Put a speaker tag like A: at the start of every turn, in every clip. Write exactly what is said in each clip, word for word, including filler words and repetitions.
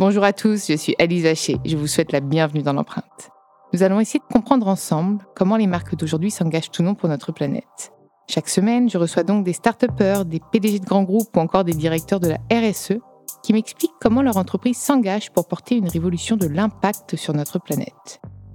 A: Bonjour à tous, je suis Alice Haché. Je vous souhaite la bienvenue dans l'empreinte. Nous allons essayer de comprendre ensemble comment les marques d'aujourd'hui s'engagent ou non pour notre planète. Chaque semaine, je reçois donc des start-upers, des P D G de grands groupes ou encore des directeurs de la R S E qui m'expliquent comment leur entreprise s'engage pour porter une révolution de l'impact sur notre planète.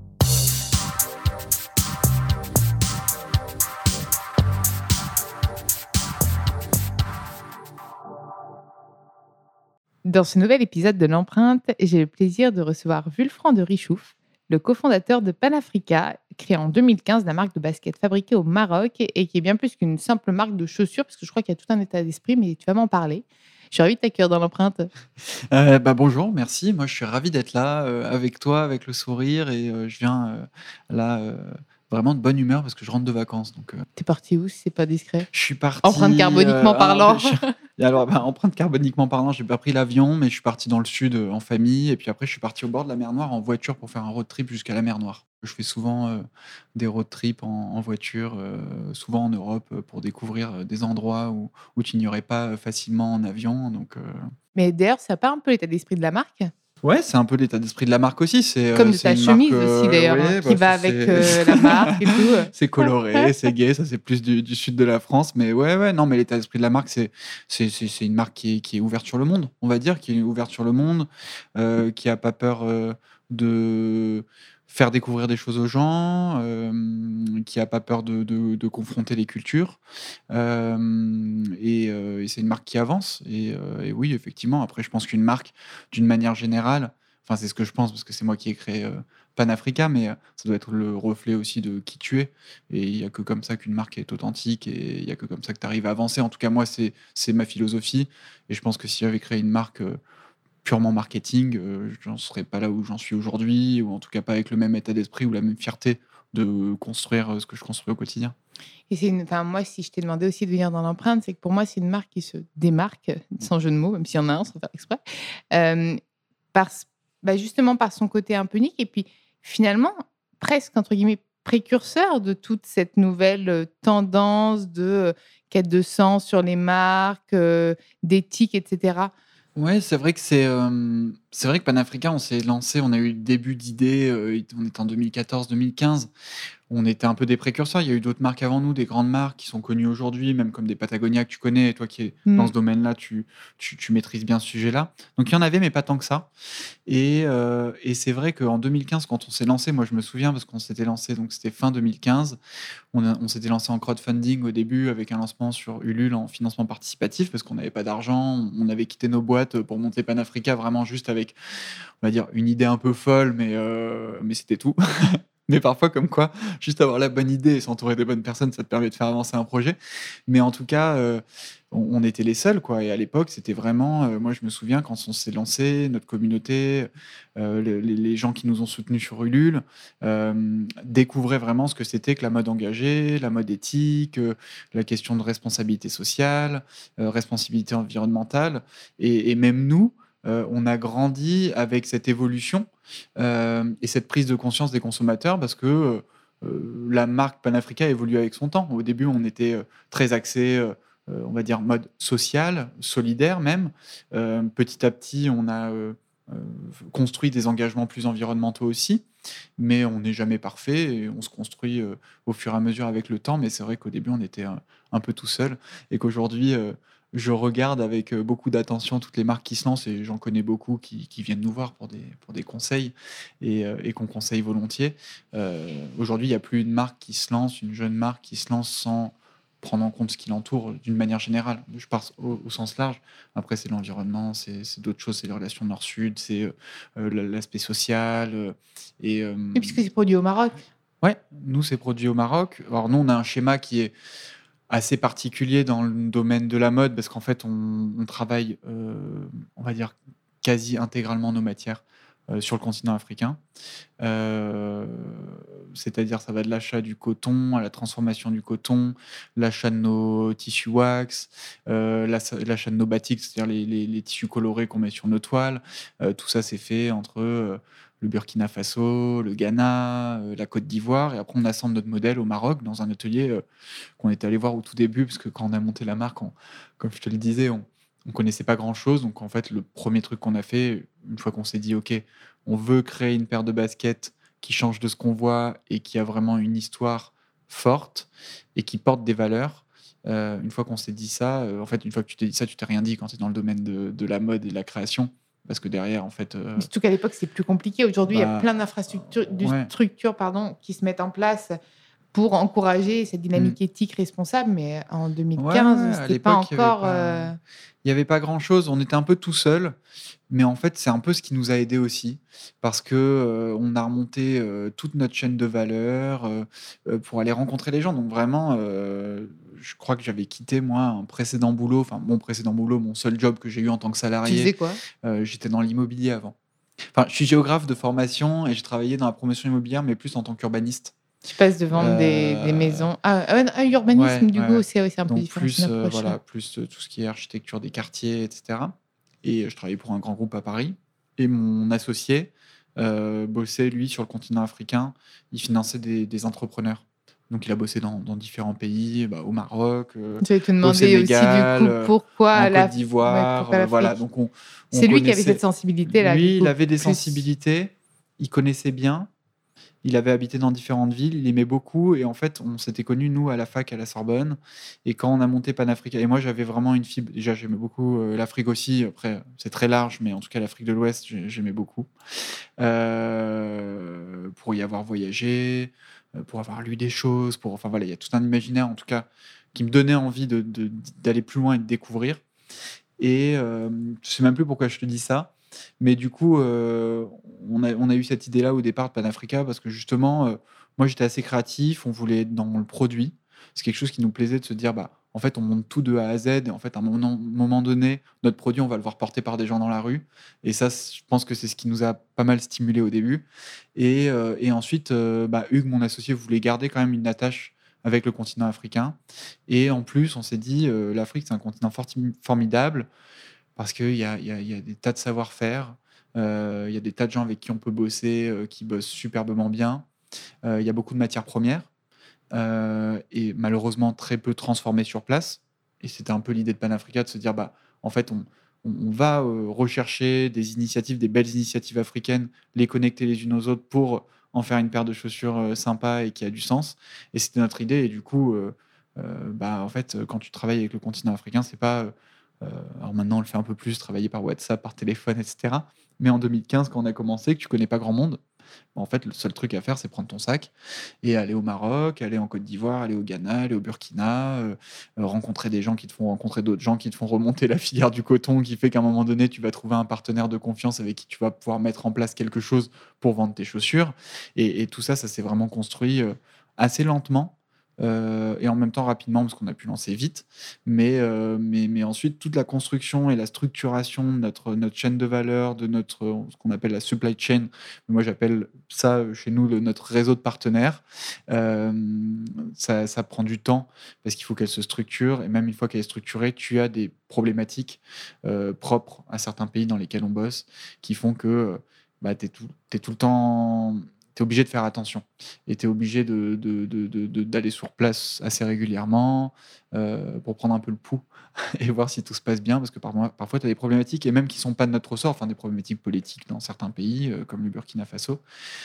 A: Dans ce nouvel épisode de l'empreinte, j'ai le plaisir de recevoir Wulfran de Richouf, le cofondateur de Panafrica, créé en deux mille quinze, la marque de basket fabriquée au Maroc et qui est bien plus qu'une simple marque de chaussures, parce que je crois qu'il y a tout un état d'esprit, mais tu vas m'en parler. Je suis ravie de t'accueillir dans l'empreinte.
B: Euh, bah bonjour, merci. Moi, je suis ravi d'être là euh, avec toi, avec le sourire, et euh, je viens euh, là euh, vraiment de bonne humeur parce que je rentre de vacances. Donc, euh,
A: T'es parti où, si c'est pas discret?
B: je suis parti.
A: Empreinte carboniquement
B: euh,
A: parlant.
B: ah, je- et alors, bah, empreinte carboniquement parlant, j'ai pas pris l'avion, mais je suis parti dans le sud euh, en famille, et puis après, je suis parti au bord de la mer Noire en voiture pour faire un road trip jusqu'à la mer Noire. Je fais souvent euh, des road trips en, en voiture, euh, souvent en Europe, euh, pour découvrir euh, des endroits où, où tu n'irais pas euh, facilement en avion. Donc, euh,
A: Mais d'ailleurs, ça n'a pas un peu l'état d'esprit de la marque?
B: Ouais, c'est un peu l'état d'esprit de la marque aussi. C'est,
A: Comme
B: heu,
A: de
B: c'est
A: ta
B: une marque,
A: chemise aussi,
B: heu,
A: d'ailleurs, hein,
B: ouais,
A: qui
B: bah,
A: va
B: ça
A: avec
B: c'est
A: euh, la marque et tout.
B: c'est coloré, c'est gai, ça c'est plus du du sud de la France, mais ouais, ouais, non, mais l'état d'esprit de la marque, c'est c'est c'est c'est une marque qui est qui est ouverte sur le monde, on va dire, qui est ouverte sur le monde, heu, qui a pas peur, heu, de faire découvrir des choses aux gens, hem, qui a pas peur de de de confronter les cultures, hem et heu et c'est une marque qui avance et heu et oui, effectivement, après je pense qu'une marque, d'une manière générale, enfin, c'est ce que je pense parce que c'est moi qui ai créé, heu, Panafrica, mais, heu, ça doit être le reflet aussi de qui tu es et il y a que comme ça qu'une marque est authentique et il y a que comme ça que tu arrives à avancer. En tout cas, moi, c'est c'est ma philosophie et je pense que si j'avais créé une marque, heu, purement marketing, heu, j'en serais pas là où j'en suis aujourd'hui ou en tout cas pas avec le même état d'esprit ou la même fierté de construire, heu, ce que je construis au quotidien.
A: Et c'est une, enfin, moi, si je t'ai demandé aussi de venir dans l'empreinte, c'est que pour moi, c'est une marque qui se démarque, sans jeu de mots, même s'il y en a un, sans faire exprès, euh, par, bah, justement par son côté un peu unique et puis finalement, presque, entre guillemets, précurseur de toute cette nouvelle euh, tendance de euh, quête de sens sur les marques, euh, d'éthique, et cetera.
B: Ouais, c'est vrai que c'est, hem, c'est vrai que Panafrica, on s'est lancé, on a eu le début d'idées, heu, on était en deux mille quatorze-deux mille quinze. On était un peu des précurseurs. Il y a eu d'autres marques avant nous, des grandes marques qui sont connues aujourd'hui, même comme des Patagonia que tu connais. Et toi qui es dans
A: Mm.
B: ce domaine-là, tu, tu, tu maîtrises bien ce sujet-là. Donc il y en avait, mais pas tant que ça. Et, euh, et c'est vrai qu'en deux mille quinze, quand on s'est lancé, moi je me souviens parce qu'on s'était lancé, donc c'était fin deux mille quinze. On, a- on s'était lancé en crowdfunding au début avec un lancement sur Ulule en financement participatif parce qu'on n'avait pas d'argent. On avait quitté nos boîtes pour monter Panafrica vraiment juste avec, on va dire, une idée un peu folle, mais, euh, mais c'était tout. Mais parfois, comme quoi, juste avoir la bonne idée et s'entourer des bonnes personnes, ça te permet de faire avancer un projet. Mais en tout cas, euh, on, on était les seuls, quoi. Et à l'époque, c'était vraiment, euh, moi, je me souviens quand on s'est lancé, notre communauté, euh, les, les- les gens qui nous ont soutenus sur Ulule, euh, découvraient vraiment ce que c'était que la mode engagée, la mode éthique, euh, la question de responsabilité sociale, euh, responsabilité environnementale. Et, et même nous, euh, on a grandi avec cette évolution euh, et cette prise de conscience des consommateurs parce que euh, la marque Panafrica évolue avec son temps. Au début, on était euh, très axé, euh, euh, on va dire, mode social, solidaire même. Euh, petit à petit, on a euh, euh, construit des engagements plus environnementaux aussi, mais on n'est jamais parfait et on se construit euh, au fur et à mesure avec le temps. Mais c'est vrai qu'au début, on était un, un peu tout seul et qu'aujourd'hui, euh, je regarde avec euh, beaucoup d'attention toutes les marques qui se lancent et j'en connais beaucoup qui, qui viennent nous voir pour des, pour des conseils et, euh, et qu'on conseille volontiers. Euh, Aujourd'hui, il n'y a plus une marque qui se lance, une jeune marque qui se lance sans prendre en compte ce qui l'entoure d'une manière générale. Je pars au, au sens large. Après, c'est l'environnement, c'est c'est d'autres choses, c'est les relations nord-sud, c'est euh, euh, l'aspect social. euh, et euh,
A: Oui, puisque c'est produit au Maroc.
B: ouais, nous, c'est produit au Maroc. Alors, nous, on a un schéma qui est assez particulier dans le domaine de la mode parce qu'en fait, on, on travaille, euh, on va dire, quasi intégralement nos matières euh, sur le continent africain. Euh, C'est-à-dire, ça va de l'achat du coton à la transformation du coton, l'achat de nos tissus wax, euh, la- l'achat de nos batiks, c'est-à-dire les, les- les tissus colorés qu'on met sur nos toiles. Euh, tout ça, c'est fait entre euh, le Burkina Faso, le Ghana, euh, la Côte d'Ivoire. Et après, on assemble notre modèle au Maroc dans un atelier euh, qu'on est allé voir au tout début, parce que quand on a monté la marque, on- comme je te le disais, on, on connaissait pas grand-chose. Donc, en fait, le premier truc qu'on a fait, une fois qu'on s'est dit: «OK, on veut créer une paire de baskets qui change de ce qu'on voit et qui a vraiment une histoire forte et qui porte des valeurs». Heu, une fois qu'on s'est dit ça, heu, en fait, une fois que tu t'es dit ça, tu t'es rien dit quand tu es dans le domaine de de la mode et de la création. Parce que derrière, en fait, heu,
A: Surtout qu'à l'époque, c'est plus compliqué. Aujourd'hui, il y a
B: bah,
A: plein d'infrastructures du
B: ouais,
A: structures, pardon, qui se mettent en place pour encourager cette
B: mmh.
A: dynamique éthique responsable, mais en
B: Ouais, ouais,
A: deux mille quinze,
B: à
A: c'était pas
B: l'époque, il y avait
A: encore,
B: pas
A: heu
B: il y avait pas grand-chose. On était un peu tout seul, mais en fait, c'est un peu ce qui nous a aidés aussi parce que, heu, on a remonté, heu, toute notre chaîne de valeur, heu heu, pour aller rencontrer les gens. Donc vraiment, heu, je crois que j'avais quitté moi un précédent boulot, enfin mon précédent boulot, mon seul job que j'ai eu en tant que
A: tu
B: salarié,
A: faisais quoi?
B: heu, j'étais dans l'immobilier avant. Enfin, je suis géographe de formation et j'ai travaillé dans la promotion immobilière, mais plus en tant qu'urbaniste.
A: Tu passes de vendre des des
B: Heu
A: maisons ah ah ouais, ah, urbanisme
B: Ouais,
A: du
B: ouais,
A: coup,
B: ouais.
A: c'est ouais, c'est un peu
B: Donc
A: différent, c'est une
B: plus, heu,
A: approche,
B: voilà, plus, heu, tout ce qui est architecture des quartiers et cetera et heu, je travaillais pour un grand groupe à Paris et mon associé, heu, bossait lui sur le continent africain. Il finançait des des entrepreneurs. Donc il a bossé dans dans différents pays, bah, au Maroc, heu,
A: j'allais te
B: au
A: demander aussi du
B: Sénégal,
A: coup
B: heu,
A: pourquoi
B: en Côte
A: l'Af ouais,
B: d'Ivoire,
A: pourquoi
B: heu, voilà.
A: l'Afrique?
B: Donc on on
A: C'est lui qui avait cette
B: connaissait
A: sensibilité-là du
B: lui, il
A: coup,
B: avait des
A: plus
B: sensibilités, il connaissait bien. Il avait habité dans différentes villes, il aimait beaucoup et en fait, on s'était connus, nous, à la fac à la Sorbonne et quand on a monté Panafrica et moi, j'avais vraiment une fibre déjà, j'aimais beaucoup, heu, l'Afrique aussi, après, c'est très large, mais en tout cas, l'Afrique de l'Ouest, j'ai j'aimais beaucoup, heu, pour y avoir voyagé, heu, pour avoir lu des choses, pour enfin, voilà, il y a tout un imaginaire, en tout cas, qui me donnait envie de de d'aller plus loin et de découvrir et hem, je sais même plus pourquoi je te dis ça, mais du coup, heu, on a on a eu cette idée-là au départ de Panafrica parce que justement, heu, moi j'étais assez créatif, on voulait être dans le produit. C'est quelque chose qui nous plaisait de se dire: «Bah, en fait, on monte tout de A à Z et en fait, à un moment moment donné, notre produit, on va le voir porter par des gens dans la rue» et ça, c je pense que c'est ce qui nous a pas mal stimulé au début et heu et ensuite, heu, bah, Hugues, mon associé, voulait garder quand même une attache avec le continent africain et en plus, on s'est dit, heu: «L'Afrique, c'est un continent fortim formidable, parce qu'il y a, il y, a, il y a des tas de savoir-faire, euh, il y a des tas de gens avec qui on peut bosser, euh, qui bossent superbement bien. Euh, il y a beaucoup de matières premières euh, et malheureusement très peu transformées sur place. Et c'était un peu l'idée de Panafrica de se dire, bah, en fait, on, on, on va euh, rechercher des initiatives, des belles initiatives africaines, les connecter les unes aux autres pour en faire une paire de chaussures euh, sympa et qui a du sens. Et c'était notre idée. Et du coup, euh, euh, bah, en fait, quand tu travailles avec le continent africain, c'est pas euh, euh, alors maintenant, on le fait un peu plus, travailler par WhatsApp, par téléphone, et cetera. Mais en deux mille quinze, quand on a commencé, que tu connais pas grand monde, bah, en fait, le seul truc à faire, c'est prendre ton sac et aller au Maroc, aller en Côte d'Ivoire, aller au Ghana, aller au Burkina, euh, euh, rencontrer des gens qui te font rencontrer d'autres gens, qui te font remonter la filière du coton, qui fait qu'à un moment donné, tu vas trouver un partenaire de confiance avec qui tu vas pouvoir mettre en place quelque chose pour vendre tes chaussures. Et, et tout ça, ça s'est vraiment construit euh, assez lentement. euh, et en même temps rapidement parce qu'on a pu lancer vite mais, euh, mais, mais ensuite toute la construction et la structuration de notre, notre chaîne de valeur de notre ce qu'on appelle la supply chain, moi j'appelle ça euh, chez nous le, notre réseau de partenaires. Euh, ça, ça prend du temps parce qu'il faut qu'elle se structure et même une fois qu'elle est structurée, tu as des problématiques euh, propres à certains pays dans lesquels on bosse qui font que bah, tu es tout, t'es tout le temps. Tu es obligé de faire attention et tu es obligé de, de, de, de, de, d'aller sur place assez régulièrement euh, pour prendre un peu le pouls et voir si tout se passe bien parce que parfois, parfois tu as des problématiques et même qui ne sont pas de notre ressort, enfin des problématiques politiques dans certains pays euh, comme le Burkina Faso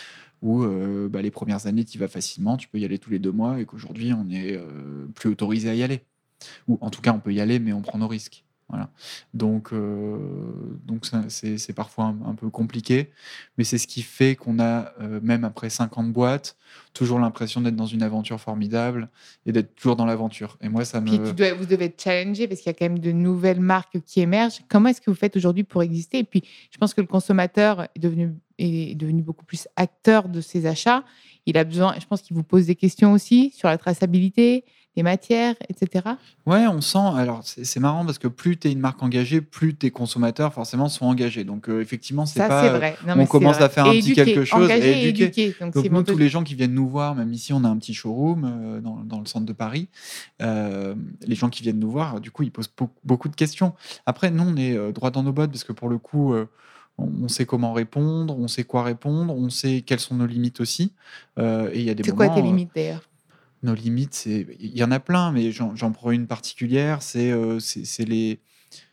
B: où euh, bah, les premières années, tu y vas facilement, tu peux y aller tous les deux mois, et qu'aujourd'hui, on n'est euh, plus autorisé à y aller. Ou en tout cas, on peut y aller, mais on prend nos risques. Voilà. Donc, euh, donc ça, c'est, c'est parfois un, un peu compliqué, mais c'est ce qui fait qu'on a, euh, même après cinq ans de boîte, toujours l'impression d'être dans une aventure formidable et d'être toujours dans l'aventure. Et moi, ça
A: Puis tu
B: me...
A: dois vous devez être challengé parce qu'il y a quand même de nouvelles marques qui émergent. Comment est-ce que vous faites aujourd'hui pour exister? Et puis, je pense que le consommateur est devenu est devenu beaucoup plus acteur de ses achats. Il a besoin je pense qu'il vous pose des questions aussi sur la traçabilité, les matières et cetera?
B: Ouais, on sent. Alors, c'est c'est marrant parce que plus tu es une marque engagée, plus tes consommateurs forcément sont engagés. Donc, euh, effectivement, c'est
A: Ça, c'est
B: pas. euh,
A: vrai. Non, mais
B: on
A: c'est
B: commence à
A: vrai
B: faire un
A: et
B: petit quelque
A: éduquer,
B: chose et
A: engager et
B: éduquer.
A: éduquer. Donc c'est
B: Donc,
A: mon
B: nous, tous
A: truc.
B: les gens qui viennent nous voir, même ici, on a un petit showroom euh, dans, dans le centre de Paris. euh, les gens qui viennent nous voir, du coup, ils posent beaucoup, beaucoup de questions. Après, nous, on est euh, droit dans nos bottes parce que pour le coup, euh, on on sait comment répondre, on sait quoi répondre, on sait quelles sont nos limites aussi. Euh, et il y a des
A: C'est quoi tes
B: moments. euh,
A: limites d'ailleurs?
B: nos limites, c'est il y en a plein, mais j'en j'en prends une particulière, c'est, heu, c'est c'est les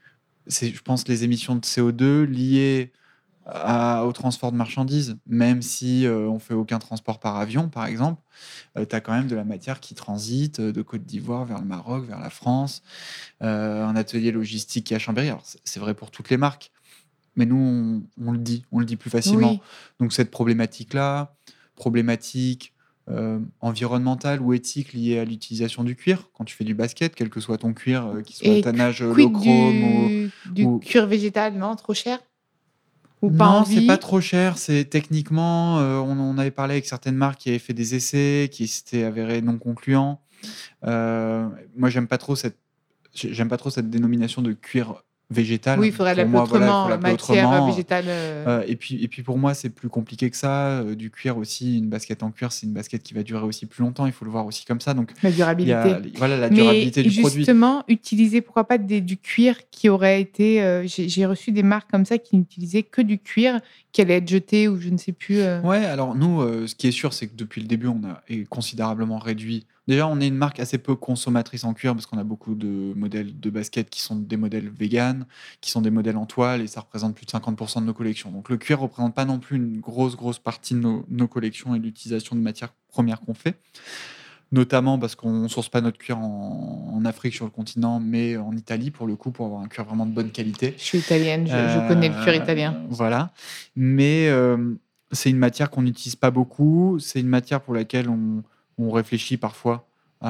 B: c'est, je pense, les émissions de C O deux liées à- au transport de marchandises. Même si euh, on fait aucun transport par avion, par exemple, tu as quand même de la matière qui transite euh, de Côte d'Ivoire vers le Maroc, vers la France, euh, un atelier logistique qui est à Chambéry. Alors, c'est c'est vrai pour toutes les marques, mais nous, on, on le dit, on le dit plus facilement.
A: Oui.
B: Donc cette problématique-là, problématique euh, environnementale ou éthique liée à l'utilisation du cuir, quand tu fais du basket, quel que soit ton cuir, euh, qu'il soit à
A: Et qu-
B: tannage euh, low
A: quid
B: chrome ou,
A: du, du
B: ou-
A: cuir végétal, non? Trop cher? Ou pas
B: Non, c'est pas
A: envie?
B: trop cher. C'est techniquement, euh, on, on avait parlé avec certaines marques qui avaient fait des essais, qui s'étaient avérés non concluants. Euh, moi, j'aime pas trop cette, j'aime pas trop cette dénomination de cuir végétal.
A: Oui, il faudrait
B: Pour
A: l'appeler
B: moi, voilà, il faut
A: autrement,
B: l'appeler
A: matière euh,
B: autrement.
A: végétale. euh,
B: Euh, et puis, et puis pour moi, c'est plus compliqué que ça. Euh, du cuir aussi, une basket en cuir, c'est une basket qui va durer aussi plus longtemps. Il faut le voir aussi comme ça. Donc,
A: La
B: il y a,
A: durabilité.
B: voilà, la
A: Mais
B: durabilité du produit.
A: justement, utiliser, pourquoi pas, des- du cuir qui aurait été. euh, j'ai j'ai reçu des marques comme ça qui n'utilisaient que du cuir qui allait être jeté ou je ne sais plus. euh.
B: Ouais, alors nous, euh, ce qui est sûr, c'est que depuis le début, on a é- considérablement réduit. Déjà, on est une marque assez peu consommatrice en cuir parce qu'on a beaucoup de modèles de baskets qui sont des modèles vegan, qui sont des modèles en toile et ça représente plus de cinquante pour cent de nos collections. Donc le cuir représente pas non plus une grosse, grosse partie de nos, nos collections et de l'utilisation de matières premières qu'on fait. Notamment parce qu'on ne source pas notre cuir en, en Afrique sur le continent, mais en Italie pour le coup, pour avoir un cuir vraiment de bonne qualité.
A: Je suis italienne, je, je connais le cuir
B: Euh,
A: italien.
B: voilà. Mais euh, c'est une matière qu'on n'utilise pas beaucoup. C'est une matière pour laquelle on, on réfléchit parfois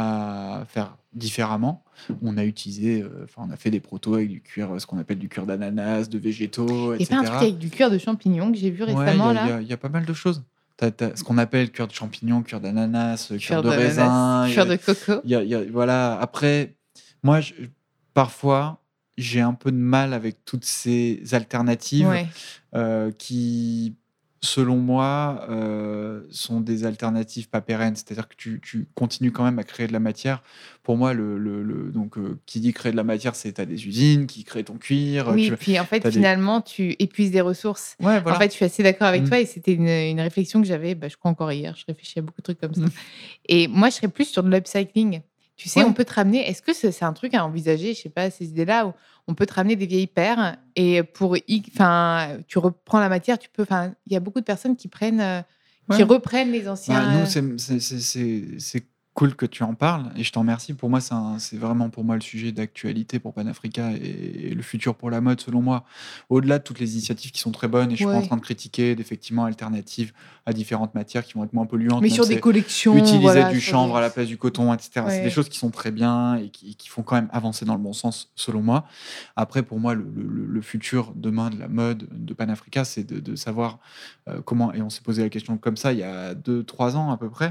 B: à faire différemment. On a utilisé, euh, enfin, on a fait des protos avec du cuir, ce qu'on appelle du cuir d'ananas, de végétaux,
A: Il n'y a pas un truc
B: et cetera.
A: avec du cuir de champignon que j'ai vu
B: Ouais, il y
A: récemment
B: a, il y
A: là?
B: a- il y a pas mal de choses. T'as, t'as ce qu'on appelle cuir de champignon, cuir d'ananas, euh, cuir
A: Cuir
B: de
A: d'ananas,
B: raisin. Il y
A: cuir
B: a-
A: de coco.
B: il y a- il y a- voilà. Après, moi, je- parfois, j'ai un peu de mal avec toutes ces alternatives
A: Ouais.
B: euh, qui, selon moi, euh, sont des alternatives pas pérennes. C'est-à-dire que tu, tu continues quand même à créer de la matière. Pour moi, le, le- le- donc, euh, qui dit créer de la matière, c'est tu as des usines qui créent ton cuir.
A: Oui,
B: Tu
A: puis en fait,
B: as des...
A: finalement, tu épuises des ressources.
B: Ouais,
A: En fait,
B: voilà.
A: je suis assez d'accord avec
B: Mm.
A: toi et c'était une, une réflexion que j'avais, bah, je crois encore hier, je réfléchis à beaucoup de trucs comme ça.
B: Mm.
A: Et moi, je serais plus sur de l'upcycling. Tu sais, on
B: Ouais.
A: peut te ramener, est-ce que c'est c'est un truc à envisager, je sais pas, ces idées-là, où on peut te ramener des vieilles paires et pour, y- enfin, tu reprends la matière, tu peux, enfin, il y a beaucoup de personnes qui prennent, euh, qui
B: Ouais.
A: reprennent les
B: Bah,
A: anciens.
B: nous,
A: euh,
B: c'est c'est- c'est- c'est- c'est cool que tu en parles et je t'en remercie. Pour moi, c'est un- c'est vraiment pour moi le sujet d'actualité pour Panafrica et, et le futur pour la mode, selon moi. Au-delà de toutes les initiatives qui sont très bonnes, et je suis pas en
A: Ouais.
B: train de critiquer d'effectivement alternatives à différentes matières qui vont être moins polluantes,
A: Mais
B: même
A: sur
B: si
A: des collections,
B: utiliser
A: voilà,
B: du
A: sur
B: chanvre
A: des.
B: à la place du coton, et cetera. C'est des
A: Ouais.
B: choses qui sont très bien et qui, qui font quand même avancer dans le bon sens, selon moi. Après, pour moi, le, le- le futur demain de la mode de Panafrica, c'est de, de savoir euh, comment, et on s'est posé la question comme ça il y a deux, trois ans à peu près,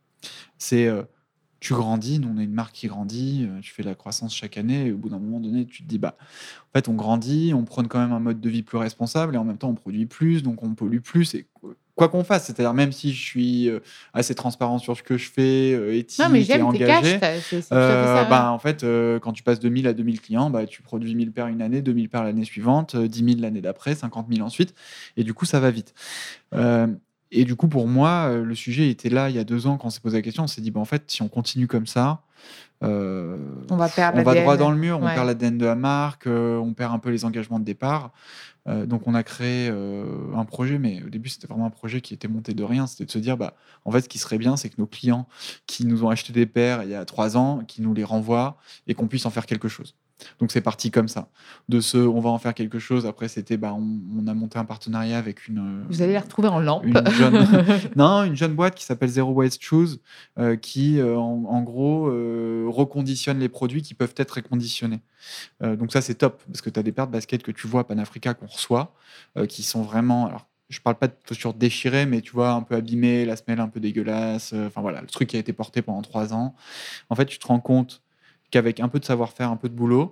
B: c'est euh, tu grandis, nous on est une marque qui grandit, euh, tu fais de la croissance chaque année, et au bout d'un moment donné, tu te dis, bah, en fait, on grandit, on prône quand même un mode de vie plus responsable, et en même temps, on produit plus, donc on pollue plus, et qu- quoi qu'on fasse, c'est-à-dire même si je suis euh, assez transparent sur ce que je fais, euh,
A: Non, mais
B: éthique et
A: j'aime tes cash,
B: engagé,
A: t'as- c'est c'est tout à fait
B: euh,
A: ça. Ouais.
B: bah, en fait, euh, quand tu passes de mille à deux mille clients, bah, tu produis mille paires une année, deux mille paires l'année suivante, euh, dix mille l'année d'après, cinquante mille ensuite, et du coup, ça va vite. Euh, et du coup, pour moi, euh, le sujet était là il y a deux ans quand on s'est posé la question. On s'est dit, bah, en fait, si on continue comme ça, euh,
A: On va perdre
B: on va droit dans
A: l'A D N.
B: le mur, on perd
A: Ouais.
B: l'A D N de la marque, euh, on perd un peu les engagements de départ. Euh, donc, on a créé euh, un projet, mais au début, c'était vraiment un projet qui était monté de rien. C'était de se dire, bah, en fait, ce qui serait bien, c'est que nos clients qui nous ont acheté des paires il y a trois ans, qui nous les renvoient et qu'on puisse en faire quelque chose. Donc, c'est parti comme ça. De ce, on va en faire quelque chose. Après, c'était, bah, on, on a monté un partenariat avec une, euh,
A: Vous allez les retrouver en lampe.
B: une jeune, non, une jeune boîte qui s'appelle Zero Waste Shoes, euh, qui, euh, en, en gros, euh, reconditionne les produits qui peuvent être réconditionnés. Euh, donc ça, c'est top, parce que tu as des paires de baskets que tu vois à Panafrica qu'on reçoit, euh, qui sont vraiment... Alors, je parle pas de chaussures déchirées, mais tu vois, un peu abîmées, la semelle un peu dégueulasse. euh, Enfin voilà, le truc qui a été porté pendant trois ans. En fait, tu te rends compte qu'avec un peu de savoir-faire, un peu de boulot,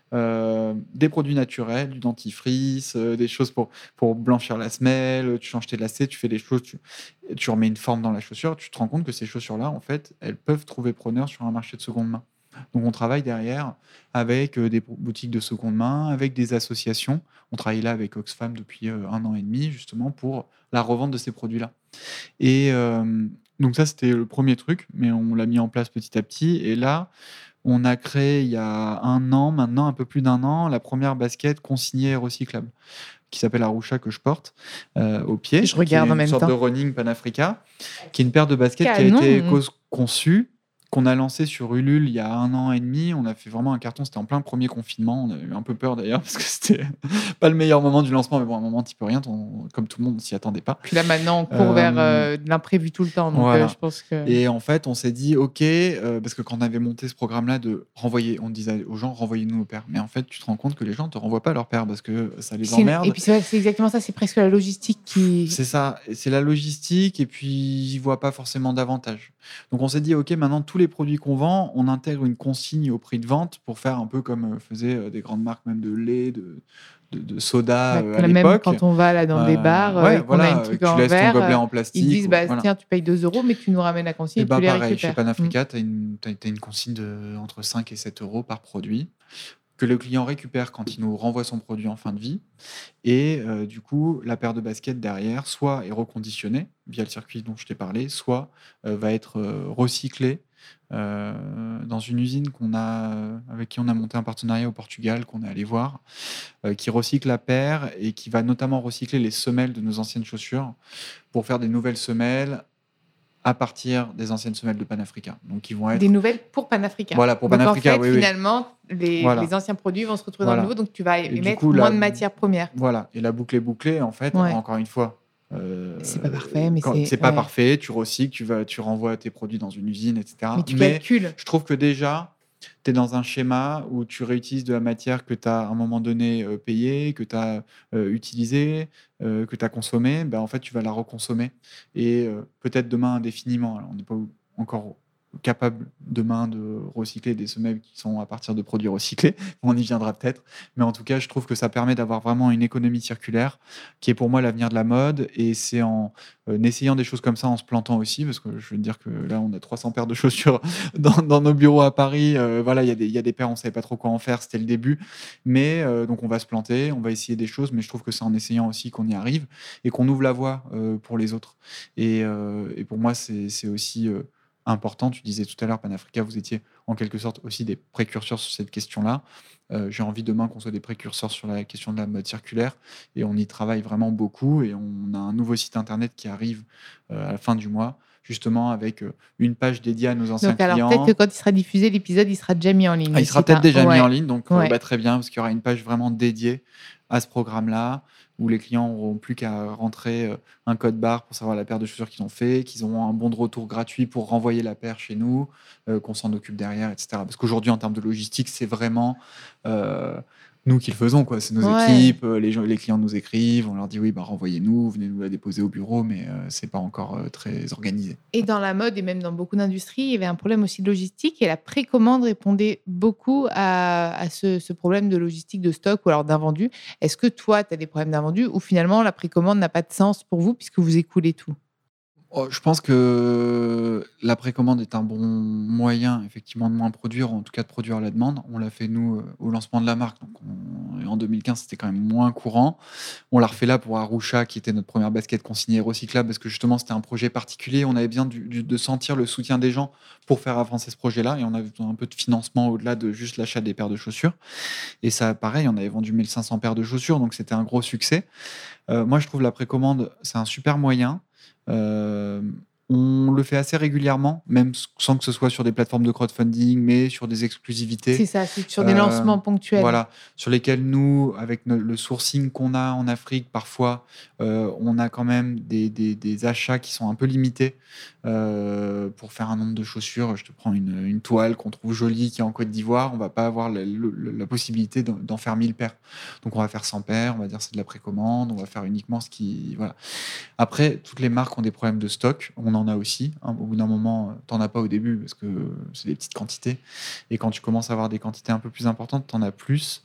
B: euh, des produits naturels, du dentifrice, euh, des choses pour, pour blanchir la semelle, tu changes tes lacets, tu fais des choses, tu, tu remets une forme dans la chaussure, tu te rends compte que ces chaussures-là, en fait, elles peuvent trouver preneur sur un marché de seconde main. Donc on travaille derrière avec euh, des boutiques de seconde main, avec des associations. On travaille là avec Oxfam depuis euh, un an et demi, justement, pour la revente de ces produits-là. Et, euh, Donc ça, c'était le premier truc, mais on l'a mis en place petit à petit. Et là, on a créé il y a un an, maintenant un peu plus d'un an, la première basket consignée et recyclable, qui s'appelle Arusha, que je porte euh, au pied,
A: Je
B: qui est
A: regarde en
B: une
A: même
B: sorte de
A: temps.
B: running Panafrica, qui est une paire de baskets qui a
A: Canon.
B: été cons- conçue, qu'on a lancée sur Ulule il y a un an et demi. On a fait vraiment un carton, c'était en plein premier confinement. On a eu un peu peur d'ailleurs, parce que c'était pas le meilleur moment du lancement, mais bon, à un moment, tu peux rien, ton- comme tout le monde, on s'y attendait pas.
A: Puis là, maintenant, on court
B: Euh,
A: vers euh, de l'imprévu tout le temps. Donc,
B: voilà.
A: euh, je pense que.
B: Et en fait, on s'est dit, OK, euh, parce que quand on avait monté ce programme-là de renvoyer, on disait aux gens, renvoyez-nous nos pères. Mais en fait, tu te rends compte que les gens ne te renvoient pas leurs pères parce que ça les
A: C'est une-
B: emmerde.
A: Et puis, c'est ouais, c'est exactement ça. C'est presque la logistique qui.
B: C'est ça, et c'est la logistique, et puis ils ne voient pas forcément d'avantage. Donc on s'est dit, OK, maintenant, tous les produits qu'on vend, on intègre une consigne au prix de vente pour faire un peu comme euh, faisaient euh, des grandes marques, même de lait, de, de, de soda
A: Bah,
B: euh, à
A: là, même
B: l'époque.
A: quand on va là dans des bars
B: Euh,
A: euh,
B: ouais,
A: et qu'on a une
B: voilà,
A: truc
B: tu
A: en
B: laisses ton
A: verre,
B: gobelet
A: euh,
B: en
A: ils
B: plastique.
A: te disent
B: ou-
A: bah,
B: voilà.
A: tiens, tu payes deux euros, mais tu nous ramènes la consigne
B: Et
A: et
B: bah
A: tu les
B: pareil, chez
A: récupères. Mm.
B: Panafrica, tu as une, t'as- t'as une consigne de, entre cinq et sept euros par produit que le client récupère quand il nous renvoie son produit en fin de vie. Et euh, du coup, la paire de baskets derrière, soit est reconditionnée via le circuit dont je t'ai parlé, soit euh, va être euh, recyclée euh, dans une usine qu'on a, euh, avec qui on a monté un partenariat au Portugal, qu'on est allé voir, euh, qui recycle la paire et qui va notamment recycler les semelles de nos anciennes chaussures pour faire des nouvelles semelles à partir des anciennes semelles de Panafrica. Donc, ils vont
A: Des
B: être...
A: nouvelles pour Panafrica.
B: Voilà, pour
A: Donc, en
B: Panafrica,
A: fait,
B: oui, oui.
A: finalement, les,
B: Voilà.
A: les anciens produits vont se retrouver dans le
B: Voilà.
A: nouveau. Donc, tu vas
B: Et du
A: émettre
B: coup,
A: moins
B: la-
A: de matières premières.
B: Voilà. Et la boucle est bouclée, en fait,
A: Ouais.
B: encore une fois. euh,
A: C'est pas parfait, mais
B: quand-
A: c'est-
B: c'est pas
A: ouais.
B: parfait. Tu recycles, tu, vas, tu renvoies tes produits dans une usine, et cetera.
A: Mais tu calcules.
B: je trouve que déjà, tu es dans un schéma où tu réutilises de la matière que tu as à un moment donné euh, payée, que tu as euh, utilisée, euh, que tu as consommée. Ben, en fait, tu vas la reconsommer. Et euh, peut-être demain indéfiniment. Alors, on n'est pas encore capable demain de recycler des semelles qui sont à partir de produits recyclés. On y viendra peut-être. Mais en tout cas, je trouve que ça permet d'avoir vraiment une économie circulaire qui est pour moi l'avenir de la mode. Et c'est en euh, essayant des choses comme ça, en se plantant aussi, parce que je veux dire que là, on a trois cents paires de chaussures dans, dans nos bureaux à Paris. Euh, voilà, il y, a des- il y a des paires, on ne savait pas trop quoi en faire, c'était le début. Mais euh, donc, on va se planter, on va essayer des choses, mais je trouve que c'est en essayant aussi qu'on y arrive et qu'on ouvre la voie euh, pour les autres. Et, euh, et pour moi, c'est c'est aussi... euh, important. Tu disais tout à l'heure, Panafrica, vous étiez en quelque sorte aussi des précurseurs sur cette question-là. Euh, j'ai envie demain qu'on soit des précurseurs sur la question de la mode circulaire et on y travaille vraiment beaucoup et on a un nouveau site internet qui arrive euh, à la fin du mois, justement avec euh, une page dédiée à nos anciens
A: Donc, alors
B: clients.
A: peut-être que quand il sera diffusé, l'épisode, il sera déjà mis en ligne.
B: Ah, il
A: le
B: sera
A: site,
B: peut-être
A: hein.
B: déjà mis
A: Ouais.
B: en ligne, donc euh,
A: Ouais.
B: bah, très bien, parce qu'il y aura une page vraiment dédiée à ce programme-là, où les clients n'auront plus qu'à rentrer euh, un code barre pour savoir la paire de chaussures qu'ils ont fait, qu'ils auront un bon de retour gratuit pour renvoyer la paire chez nous, euh, qu'on s'en occupe derrière, et cetera. Parce qu'aujourd'hui, en termes de logistique, c'est vraiment euh, nous qui le faisons, quoi. C'est nos
A: Ouais.
B: équipes, euh, les, gens, les clients nous écrivent, on leur dit oui, bah, renvoyez-nous, venez nous la déposer au bureau, mais euh, c'est pas encore euh, très organisé.
A: Et dans la mode et même dans beaucoup d'industries, il y avait un problème aussi de logistique et la précommande répondait beaucoup à, à ce, ce problème de logistique de stock ou alors d'invendu. Est-ce que toi, tu as des problèmes d'invendu ou finalement la précommande n'a pas de sens pour vous puisque vous écoulez tout?
B: Oh, je pense que la précommande est un bon moyen, effectivement, de moins produire, en tout cas de produire à la demande. On l'a fait, nous, euh, au lancement de la marque. Donc on- en deux mille quinze, c'était quand même moins courant. On l'a refait là pour Arusha, qui était notre première basket consignée et recyclable, parce que justement, c'était un projet particulier. On avait besoin du- du- de sentir le soutien des gens pour faire avancer ce projet-là. Et on avait besoin un peu de financement au-delà de juste l'achat des paires de chaussures. Et ça, pareil, on avait vendu mille cinq cents paires de chaussures, donc c'était un gros succès. Euh, moi, je trouve la précommande, c'est un super moyen. Euh, on le fait assez régulièrement, même s- sans que ce soit sur des plateformes de crowdfunding, mais sur des exclusivités.
A: C'est ça, c'est sur des
B: Euh,
A: lancements ponctuels.
B: Voilà, sur lesquels nous, avec no- le sourcing qu'on a en Afrique, parfois, euh, on a quand même des, des- des achats qui sont un peu limités euh, pour faire un nombre de chaussures. Je te prends une, une toile qu'on trouve jolie qui est en Côte d'Ivoire, on va pas avoir la, le- la possibilité d'en d'en faire mille paires. Donc on va faire cent paires, on va dire c'est de la précommande, on va faire uniquement ce qui... Voilà. Après, toutes les marques ont des problèmes de stock, on en a aussi. Hein. Au bout d'un moment, t'en as pas au début parce que c'est des petites quantités. Et quand tu commences à avoir des quantités un peu plus importantes, t'en as plus.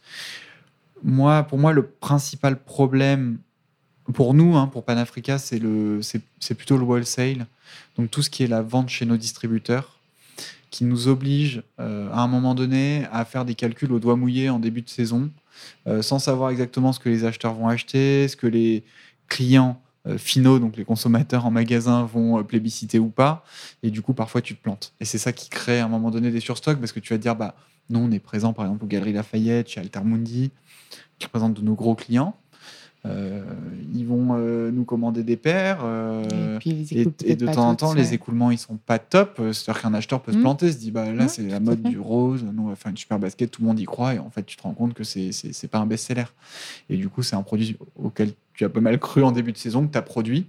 B: Moi, pour moi, le principal problème pour nous, hein, pour Panafrica, c'est le, c'est, c'est plutôt le wholesale. Donc tout ce qui est la vente chez nos distributeurs, qui nous oblige euh, à un moment donné à faire des calculs au doigt mouillé en début de saison, euh, sans savoir exactement ce que les acheteurs vont acheter, ce que les clients euh, finaux, donc les consommateurs en magasin, vont euh, plébisciter ou pas. Et du coup, parfois, tu te plantes. Et c'est ça qui crée à un moment donné des surstocks, parce que tu vas te dire, bah, nous, on est présent par exemple aux Galeries Lafayette, chez Altermundi, qui représentent de nos gros clients. Euh, ils vont euh, nous commander des paires euh,
A: Et puis les
B: et,
A: écoutes
B: et
A: peut-être
B: de
A: pas
B: temps en
A: toutes,
B: temps les
A: ouais.
B: écoulements ils sont pas top, c'est-à-dire qu'un acheteur peut se
A: Mmh.
B: planter, se dit bah là
A: Ouais,
B: c'est la
A: tout à
B: mode
A: fait.
B: du rose, nous on va faire une super basket, tout le monde y croit et en fait tu te rends compte que c'est, c'est, c'est pas un best-seller et du coup c'est un produit auquel tu as pas mal cru en début de saison que tu as produit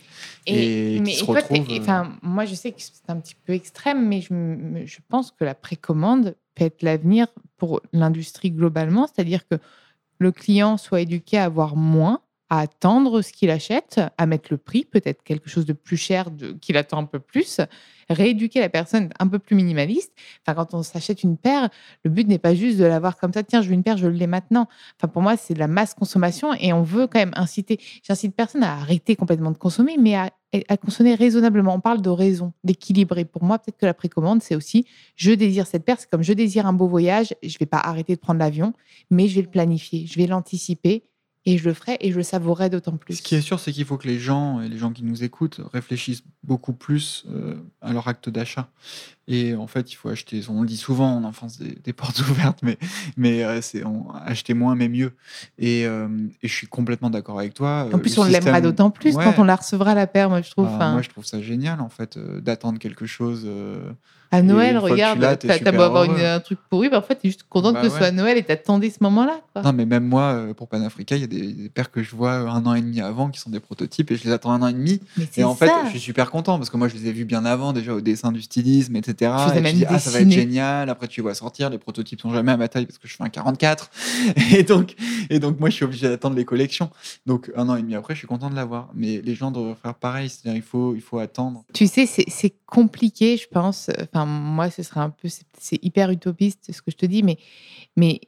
A: Et,
B: et qui
A: mais
B: se
A: et toi, t'es-
B: retrouve
A: et,
B: euh,
A: enfin, moi, je sais que c'est un petit peu extrême, mais je, me- je pense que la précommande peut être l'avenir pour l'industrie globalement. C'est-à-dire que le client soit éduqué à avoir moins, à attendre ce qu'il achète, à mettre le prix, peut-être quelque chose de plus cher de, qu'il attend un peu plus, rééduquer la personne un peu plus minimaliste. Enfin, quand on s'achète une paire, le but n'est pas juste de l'avoir comme ça, tiens, je veux une paire, je l'ai maintenant. Enfin, pour moi, c'est de la masse consommation et on veut quand même inciter, j'incite personne à arrêter complètement de consommer, mais à, à consommer raisonnablement. On parle de raison, d'équilibre. Et pour moi, peut-être que la précommande, c'est aussi, je désire cette paire, c'est comme je désire un beau voyage, je ne vais pas arrêter de prendre l'avion, mais je vais le planifier, je vais l'anticiper et je le ferai et je le savourerai d'autant
B: Ce qui est
A: plus.
B: sûr, c'est qu'il faut que les gens et les gens qui nous écoutent réfléchissent beaucoup plus euh, à leur acte d'achat. Et en fait, il faut acheter. On le dit souvent, on enfonce des, des portes ouvertes, mais, mais euh, c'est on, acheter moins, mais mieux. Et, euh, et je suis complètement d'accord avec toi.
A: En
B: Euh, le
A: plus, on l'aimera
B: système,
A: d'autant plus quand
B: ouais,
A: on la recevra, la paire, moi, je trouve.
B: bah, moi
A: Enfin,
B: je trouve ça génial en fait euh, d'attendre quelque chose. euh,
A: à
B: et
A: Noël,
B: une fois que tu l'as,
A: regarde,
B: t'es
A: t'as, t'as beau
B: super
A: avoir une-
B: heureux.
A: un truc pourri, parfois, t'es juste contente que
B: Bah
A: ce
B: ouais.
A: soit Noël et t'attendais ce moment-là, quoi.
B: Non, mais même moi, euh, pour Panafrica, il y a des, des paires que je vois euh, un an et demi avant qui sont des prototypes et je les attends un an et demi.
A: Mais
B: Et
A: c'est
B: en fait, je
A: ça.
B: suis super content parce que moi, je les ai vus bien avant, déjà au dessin du stylisme,
A: Je les
B: et cetera.
A: ai
B: Et tu
A: même
B: dis, ah, ça va être
A: dessinés.
B: génial. Après, tu les vois sortir. Les prototypes sont jamais à ma taille parce que je fais un quarante-quatre. Et donc, et donc moi, je suis obligé d'attendre les collections. Donc, un an et demi après, je suis content de l'avoir. Mais les gens devraient faire pareil. C'est-à-dire, il faut, il faut attendre.
A: Tu sais, c'est, c'est compliqué, je pense. Enfin, moi, ce serait un peu, c'est, c'est hyper utopiste ce que je te dis, mais, mais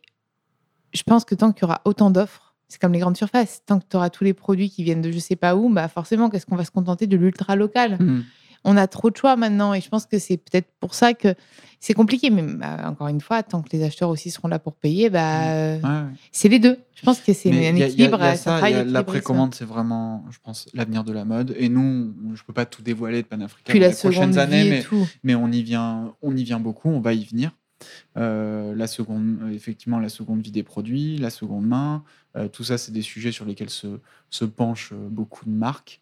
A: je pense que tant qu'il y aura autant d'offres, c'est comme les grandes surfaces, tant que tu auras tous les produits qui viennent de je sais pas où, bah forcément, qu'est-ce qu'on va se contenter de l'ultra local?
B: Mhm.
A: On a trop de choix maintenant et je pense que c'est peut-être pour ça que c'est compliqué. Mais bah, encore une fois, tant que les acheteurs aussi seront là pour payer, bah,
B: Mhm.
A: euh,
B: Ouais, ouais.
A: c'est les deux. Je pense que c'est
B: Mais
A: un
B: il y a, il y a-
A: équilibre,
B: il y a
A: euh, c'est un
B: ça, il y
A: travail
B: a
A: équilibré, ça.
B: l'après-commande, c'est vraiment, je pense, l'avenir de la mode. Et nous, on- je peux pas tout dévoiler de Panafrica
A: Puis
B: dans
A: la
B: les
A: seconde
B: prochaines années,
A: vie et
B: mais,
A: tout.
B: mais on y vient, on y vient beaucoup, on va y venir. Euh, la seconde, euh, effectivement, la seconde vie des produits, la seconde main, euh, tout ça, c'est des sujets sur lesquels se, se penchent euh, beaucoup de marques.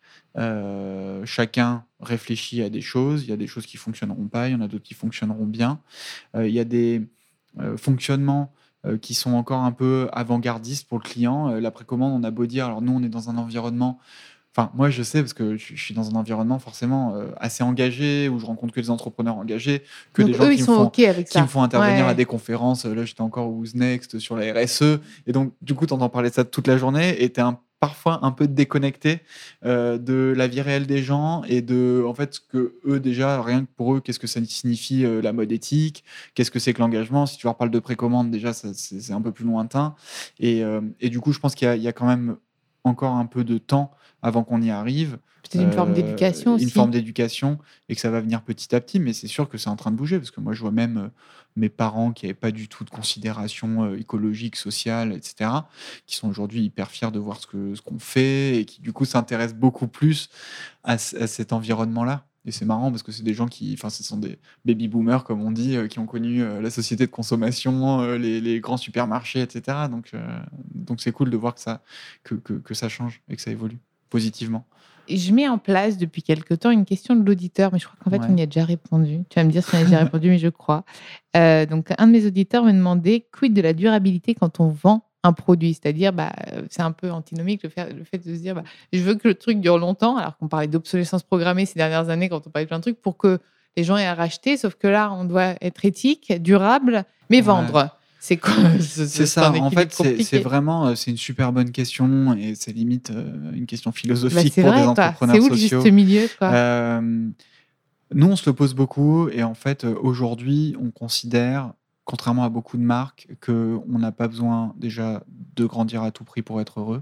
B: Euh, chacun réfléchit à des choses. Il y a des choses qui fonctionneront pas, il y en a d'autres qui fonctionneront bien. Euh, il y a des euh, fonctionnements euh, qui sont encore un peu avant-gardistes pour le client. Euh, la précommande, on a beau dire, alors nous, on est dans un environnement. Enfin, moi, je sais parce que je je suis dans un environnement forcément euh, assez engagé où je rencontre que des entrepreneurs engagés, que des
A: Donc
B: gens
A: eux, ils
B: qui me
A: sont
B: font
A: OK avec
B: qui me
A: ça.
B: font intervenir à
A: Ouais.
B: des conférences. Euh, Là, j'étais encore au Who's Next sur la R S E. Et donc, du coup, tu entends parler de ça toute la journée et tu es un, parfois un peu déconnecté euh, de la vie réelle des gens et de, en fait, ce que eux, déjà, rien que pour eux, qu'est-ce que ça signifie euh, la mode éthique, qu'est-ce que c'est que l'engagement. Si tu leur parles de précommande, déjà, ça, c'est c'est un peu plus lointain. Et, euh, et du coup, je pense qu'il y a, il y a quand même encore un peu de temps avant qu'on y arrive,
A: Peut-être une forme
B: euh,
A: d'éducation
B: une forme
A: aussi.
B: d'éducation et que ça va venir petit à petit, mais c'est sûr que c'est en train de bouger parce que moi je vois même euh, mes parents qui n'avaient pas du tout de considération euh, écologique, sociale, et cetera, qui sont aujourd'hui hyper fiers de voir ce que ce qu'on fait et qui du coup s'intéressent beaucoup plus à, c- à cet environnement-là. Et c'est marrant parce que c'est des gens qui, enfin, ce sont des baby boomers comme on dit, euh, qui ont connu euh, la société de consommation, euh, les, les grands supermarchés, et cetera. Donc, euh, donc c'est cool de voir que ça, que, que, que ça change et que ça évolue positivement.
A: Je mets en place depuis quelque temps une question de l'auditeur, mais je crois qu'en fait, on
B: Ouais.
A: y a déjà répondu. Tu vas me dire si on y a déjà répondu, mais je crois. Euh, donc, un de mes auditeurs me demandait quid de la durabilité quand on vend un produit. C'est-à-dire, bah, euh, c'est un peu antinomique le fait, le fait de se dire, bah, je veux que le truc dure longtemps, alors qu'on parlait d'obsolescence programmée ces dernières années quand on parlait de plein de trucs, pour que les gens aient à racheter. Sauf que là, on doit être éthique, durable, mais
B: Ouais.
A: vendre. C'est quoi? C'est
B: C'est
A: c'est un
B: ça. En
A: équilibre
B: fait, c'est c'est
A: compliqué.
B: vraiment, euh, c'est une super bonne question et c'est limite euh, une question
A: Bah,
B: philosophique
A: c'est
B: pour des
A: vrai, quoi. C'est
B: entrepreneurs
A: où le juste
B: sociaux.
A: milieu, quoi?
B: Euh, Nous, on se le pose beaucoup et en fait, euh, aujourd'hui, on considère, contrairement à beaucoup de marques, que on n'a pas besoin déjà de grandir à tout prix pour être heureux.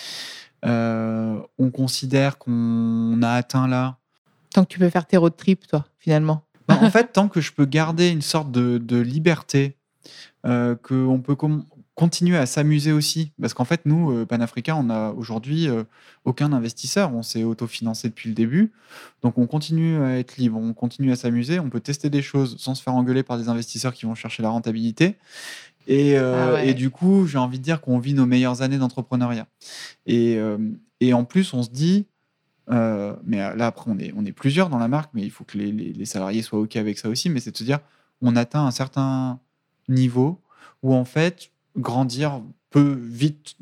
B: Euh, on considère qu'on a atteint là.
A: Tant que tu peux faire tes road trips, toi, finalement.
B: Ben, en fait, tant que je peux garder une sorte de, de liberté, euh, que on peut com- continuer à s'amuser aussi. Parce qu'en fait, nous, euh, Panafrica, on n'a aujourd'hui euh, aucun investisseur. On s'est autofinancé depuis le début. Donc, on continue à être libre, on continue à s'amuser. On peut tester des choses sans se faire engueuler par des investisseurs qui vont chercher la rentabilité. Et, euh,
A: Ah ouais.
B: et du coup, j'ai envie de dire qu'on vit nos meilleures années d'entrepreneuriat. Et, euh, et en plus, on se dit, euh, mais là, après, on est, on est plusieurs dans la marque, mais il faut que les, les, les salariés soient OK avec ça aussi. Mais c'est de se dire, on atteint un certain niveau où, en fait, grandir peut vite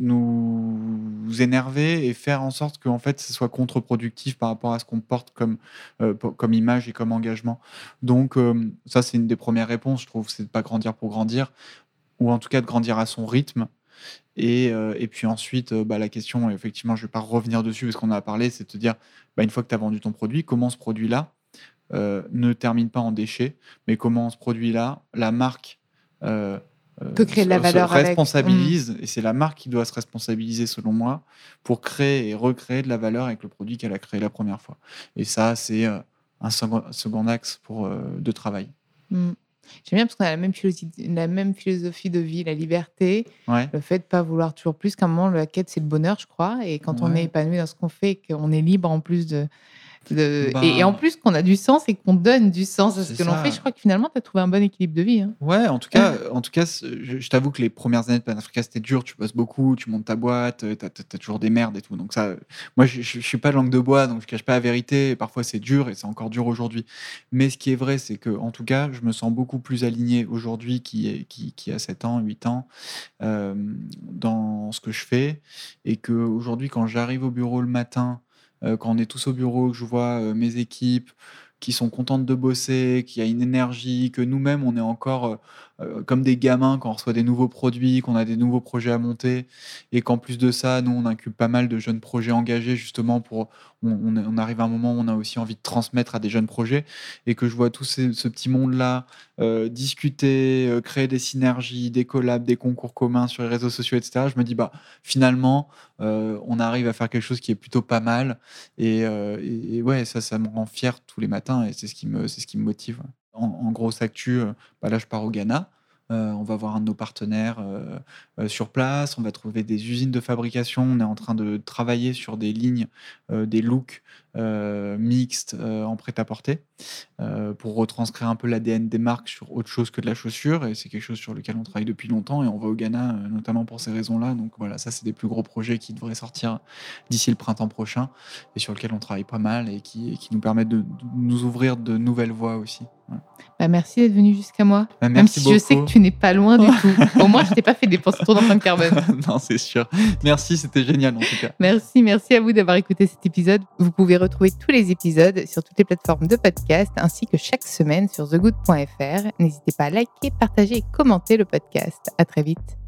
B: nous énerver et faire en sorte que en fait, ce soit contre-productif par rapport à ce qu'on porte comme, euh, comme image et comme engagement. Donc, euh, ça, c'est une des premières réponses, je trouve, c'est de ne pas grandir pour grandir, ou en tout cas de grandir à son rythme. Et, euh, et puis ensuite, euh, bah, la question, effectivement, je ne vais pas revenir dessus parce qu'on en a parlé, c'est de te dire, bah, une fois que tu as vendu ton produit, comment ce produit-là euh, ne termine pas en déchet, mais comment ce produit-là, la marque euh,
A: peut créer de la
B: se,
A: valeur
B: se
A: avec.
B: responsabilise, mmh. et c'est la marque qui doit se responsabiliser, selon moi, pour créer et recréer de la valeur avec le produit qu'elle a créé la première fois. Et ça, c'est euh, un second, second axe pour, euh, de travail.
A: Mmh. J'aime bien parce qu'on a la même, philosophie, la même philosophie de vie, la liberté,
B: ouais.
A: le fait de ne pas vouloir toujours plus, qu'à un moment, la quête, c'est le bonheur, je crois. Et quand
B: ouais.
A: on est épanoui dans ce qu'on fait, qu'on est libre en plus de... de...
B: Bah,
A: et, et en plus qu'on a du sens et qu'on donne du sens à ce que
B: ça.
A: l'on fait, je crois que finalement, tu as trouvé un bon équilibre de vie. Hein.
B: Ouais, en tout cas, en tout cas je, je t'avoue que les premières années de Panafrica, c'était dur. Tu bosses beaucoup, tu montes ta boîte, tu as toujours des merdes et tout. Donc ça, moi, je, je, je suis pas langue de bois, donc je cache pas la vérité. Et parfois, c'est dur et c'est encore dur aujourd'hui. Mais ce qui est vrai, c'est que, en tout cas, je me sens beaucoup plus aligné aujourd'hui qui, qui, qui a sept ans, huit ans, euh, dans ce que je fais. Et qu'aujourd'hui, quand j'arrive au bureau le matin, euh, quand on est tous au bureau, que je vois euh, mes équipes qui sont contentes de bosser, qu'il y a une énergie, que nous-mêmes, on est encore euh, comme des gamins quand on reçoit des nouveaux produits, qu'on a des nouveaux projets à monter, et qu'en plus de ça, nous, on incube pas mal de jeunes projets engagés, justement, pour on, on, on arrive à un moment où on a aussi envie de transmettre à des jeunes projets, et que je vois tout ces, ce petit monde-là euh, discuter, euh, créer des synergies, des collabs, des concours communs sur les réseaux sociaux, et cetera. Je me dis, bah, finalement, euh, on arrive à faire quelque chose qui est plutôt pas mal, et, euh, et, et ouais, ça, ça me rend fier tous les matins, et c'est ce qui me, c'est ce qui me motive. En, en grosse actu, euh, bah là, je pars au Ghana. Euh, on va voir un de nos partenaires euh, euh, sur place. On va trouver des usines de fabrication. On est en train de travailler sur des lignes, euh, des looks euh, mixtes euh, en prêt-à-porter euh, pour retranscrire un peu l'A D N des marques sur autre chose que de la chaussure. Et c'est quelque chose sur lequel on travaille depuis longtemps. Et on va au Ghana euh, notamment pour ces raisons-là. Donc voilà, ça, c'est des plus gros projets qui devraient sortir d'ici le printemps prochain et sur lesquels on travaille pas mal et qui, et qui nous permettent de, de nous ouvrir de nouvelles voies aussi. Ouais.
A: Bah merci d'être venu jusqu'à moi.
B: Bah,
A: Même si
B: beaucoup.
A: Je sais que tu n'es pas loin du tout. Au moins, je t'ai pas fait dépenser trop d'empreinte carbone.
B: Non, c'est sûr. Merci, c'était génial en tout cas.
A: Merci, merci à vous d'avoir écouté cet épisode. Vous pouvez retrouver tous les épisodes sur toutes les plateformes de podcast ainsi que chaque semaine sur the good point f r. N'hésitez pas à liker, partager et commenter le podcast. À très vite.